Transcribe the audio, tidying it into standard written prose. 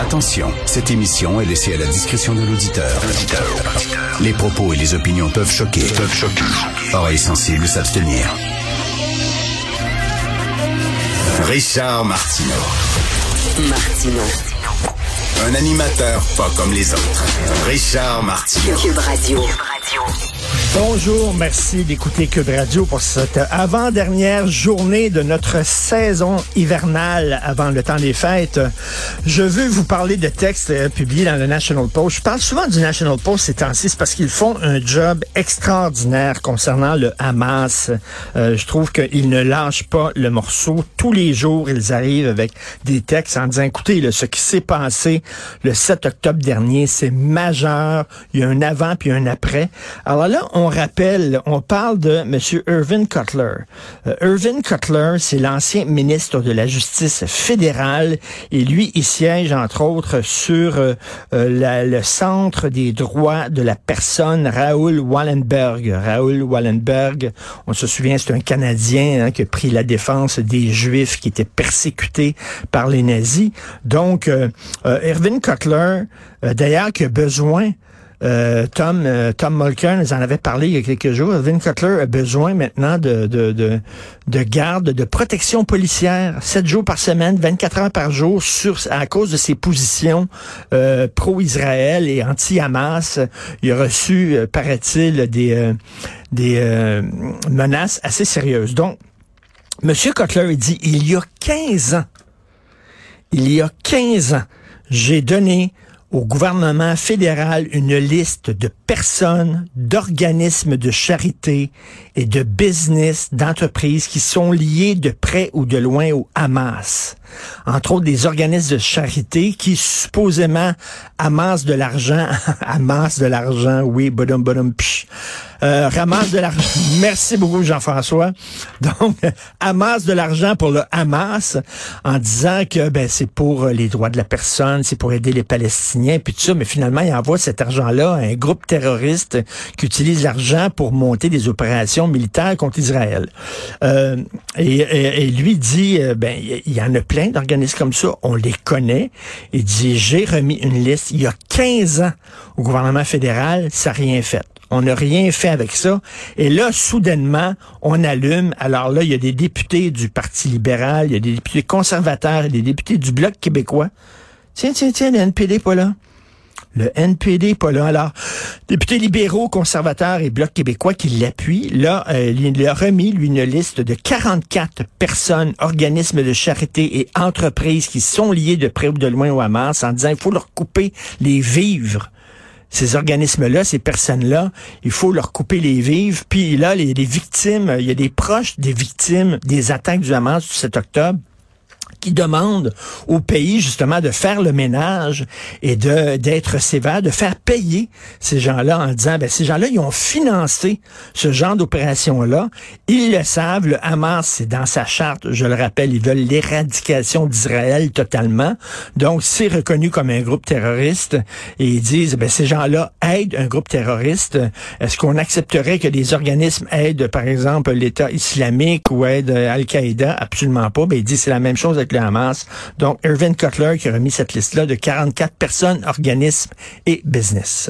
Attention, cette émission est laissée à la discrétion de l'auditeur. Les propos et les opinions peuvent choquer. Oreilles sensibles s'abstenir. Richard Martineau. Un animateur pas comme les autres. Richard Martineau. Cube Radio. Bonjour, merci d'écouter Cube Radio pour cette avant-dernière journée de notre saison hivernale avant le temps des fêtes. Je veux vous parler de textes publiés dans le National Post. Je parle souvent du National Post ces temps-ci, c'est parce qu'ils font un job extraordinaire concernant le Hamas. Je trouve qu'ils ne lâchent pas le morceau. Tous les jours, ils arrivent avec des textes en disant, écoutez, ce qui s'est passé le 7 octobre dernier, c'est majeur. Il y a un avant puis un après. Alors là, on rappelle, on parle de M. Irvin Cutler. Irvin Cutler, c'est l'ancien ministre de la Justice fédérale et lui, il siège entre autres sur le Centre des droits de la personne Raoul Wallenberg. Raoul Wallenberg, on se souvient, c'est un Canadien qui a pris la défense des Juifs qui étaient persécutés par les nazis. Donc, Irvin Cutler, d'ailleurs, qui a besoin Tom Mulcair nous en avait parlé il y a quelques jours. Irvin Cutler a besoin maintenant de garde, de protection policière, 7 jours par semaine, 24 heures par jour, à cause de ses positions pro-Israël et anti-Hamas. Il a reçu, paraît-il, des menaces assez sérieuses. Donc, M. Cutler, il dit, il y a 15 ans, j'ai donné au gouvernement fédéral une liste de personnes, d'organismes de charité et de business, d'entreprises qui sont liées de près ou de loin au Hamas. Entre autres, des organismes de charité qui supposément amassent de l'argent, oui, ramassent de l'argent. Merci beaucoup, Jean-François. Donc, amassent de l'argent pour le Hamas en disant que c'est pour les droits de la personne, c'est pour aider les Palestiniens, puis tout ça, mais finalement, ils envoient cet argent-là à un groupe terroriste qui utilise l'argent pour monter des opérations militaires contre Israël. Et lui dit, il y en a plein d'organismes comme ça, on les connaît. Il dit, j'ai remis une liste il y a 15 ans au gouvernement fédéral, ça n'a rien fait. On n'a rien fait avec ça. Et là, soudainement, on allume. Alors là, il y a des députés du Parti libéral, il y a des députés conservateurs et des députés du Bloc québécois. Tiens, le NPD pas là. Le NPD pas là. Alors, députés libéraux, conservateurs et Bloc québécois qui l'appuient, là, il a remis, lui, une liste de 44 personnes, organismes de charité et entreprises qui sont liés de près ou de loin au Hamas en disant, il faut leur couper les vivres. Ces organismes-là, ces personnes-là, il faut leur couper les vivres. Puis là, les victimes, il y a des proches des victimes des attaques du Hamas du 7 octobre qui demandent au pays, justement, de faire le ménage et d'être sévère, de faire payer ces gens-là en disant, ces gens-là, ils ont financé ce genre d'opération-là. Ils le savent, le Hamas, c'est dans sa charte, je le rappelle, ils veulent l'éradication d'Israël totalement. Donc, c'est reconnu comme un groupe terroriste et ils disent, ces gens-là aident un groupe terroriste. Est-ce qu'on accepterait que des organismes aident, par exemple, l'État islamique ou aident Al-Qaïda? Absolument pas. Il dit, c'est la même chose avec le Hamas. Donc, Irvin Cutler qui a remis cette liste-là de 44 personnes, organismes et business.